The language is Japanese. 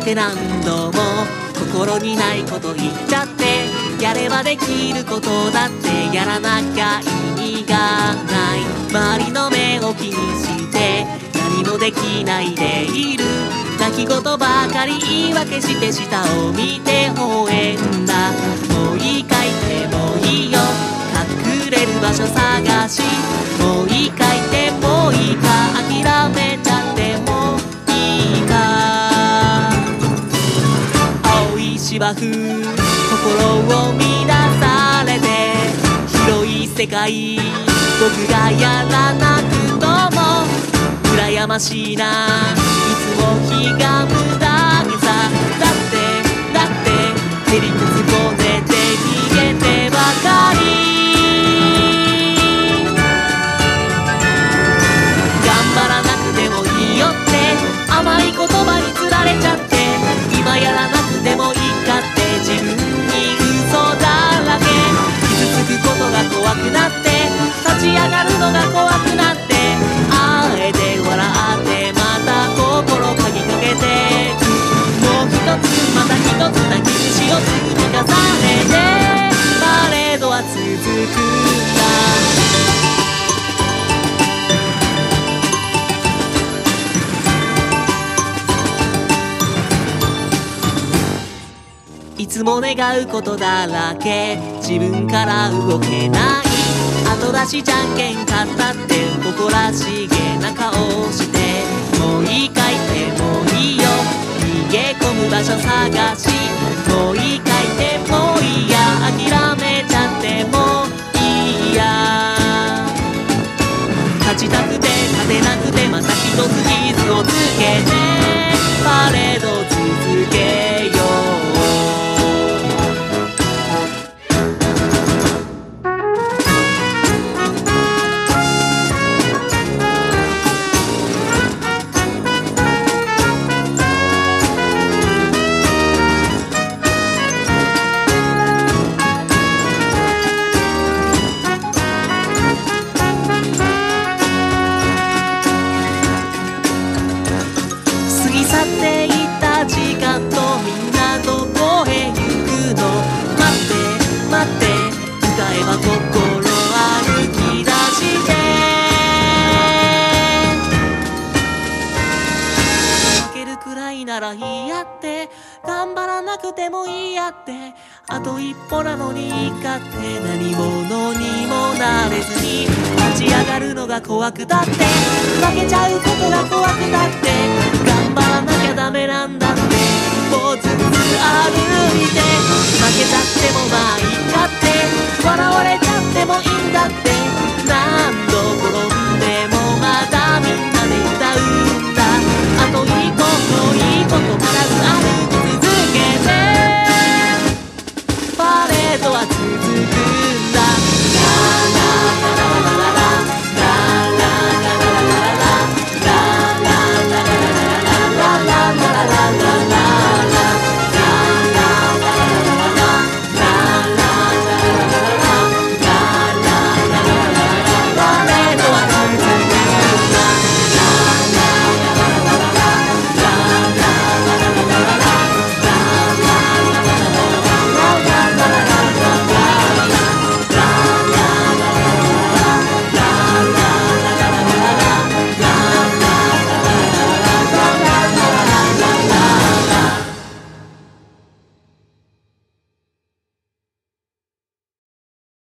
って何度も心にないこと言っちゃって、やればできることだってやらなきゃ意味がない。周りの目を気にして何もできないでいる。泣き言ばかり言い訳して下を見て微笑んだ。もういいかいてもいいよ隠れる場所探し。もういいかいてもういいか諦めちゃってもいいか。青い芝生心を乱されて広い世界僕がやらなくとも羨ましいな。いつも日が無駄にさ。だってへりくつこねて逃げてばかり。頑張らなくてもいいよって甘い言葉につられちゃって、今やらなくてもいいかって自分に嘘だらけ。傷つくことが怖くなって立ち上がるのが怖くなって、あえて笑ってまた心かきかけてく。もう一つまた一つ泣き節を積み重ねてパレードは続くんだ。いつも願うことだらけ自分から動けない。後出しじゃんけん勝ったって誇らしげな顔して、もういいかいてもういいよ逃げ込む場所探し。もういいかいてもういいや諦めちゃってもいいや。勝ちたくて勝てなくてまた一つ傷をつけてパレード続けよう。去っていった時間とみんなどこへ行くの。待って待って歌えば心歩き出して負けるくらいならいいやって頑張らなくてもいいやってあと一歩なのにいいかって何者にもなれずに立ち上がるのが怖くたって負けちゃうことが怖くたって頑張らなきゃダメなんだって一歩ずつ歩いて負けちゃってもまあいいかって笑われちゃってもいいんだって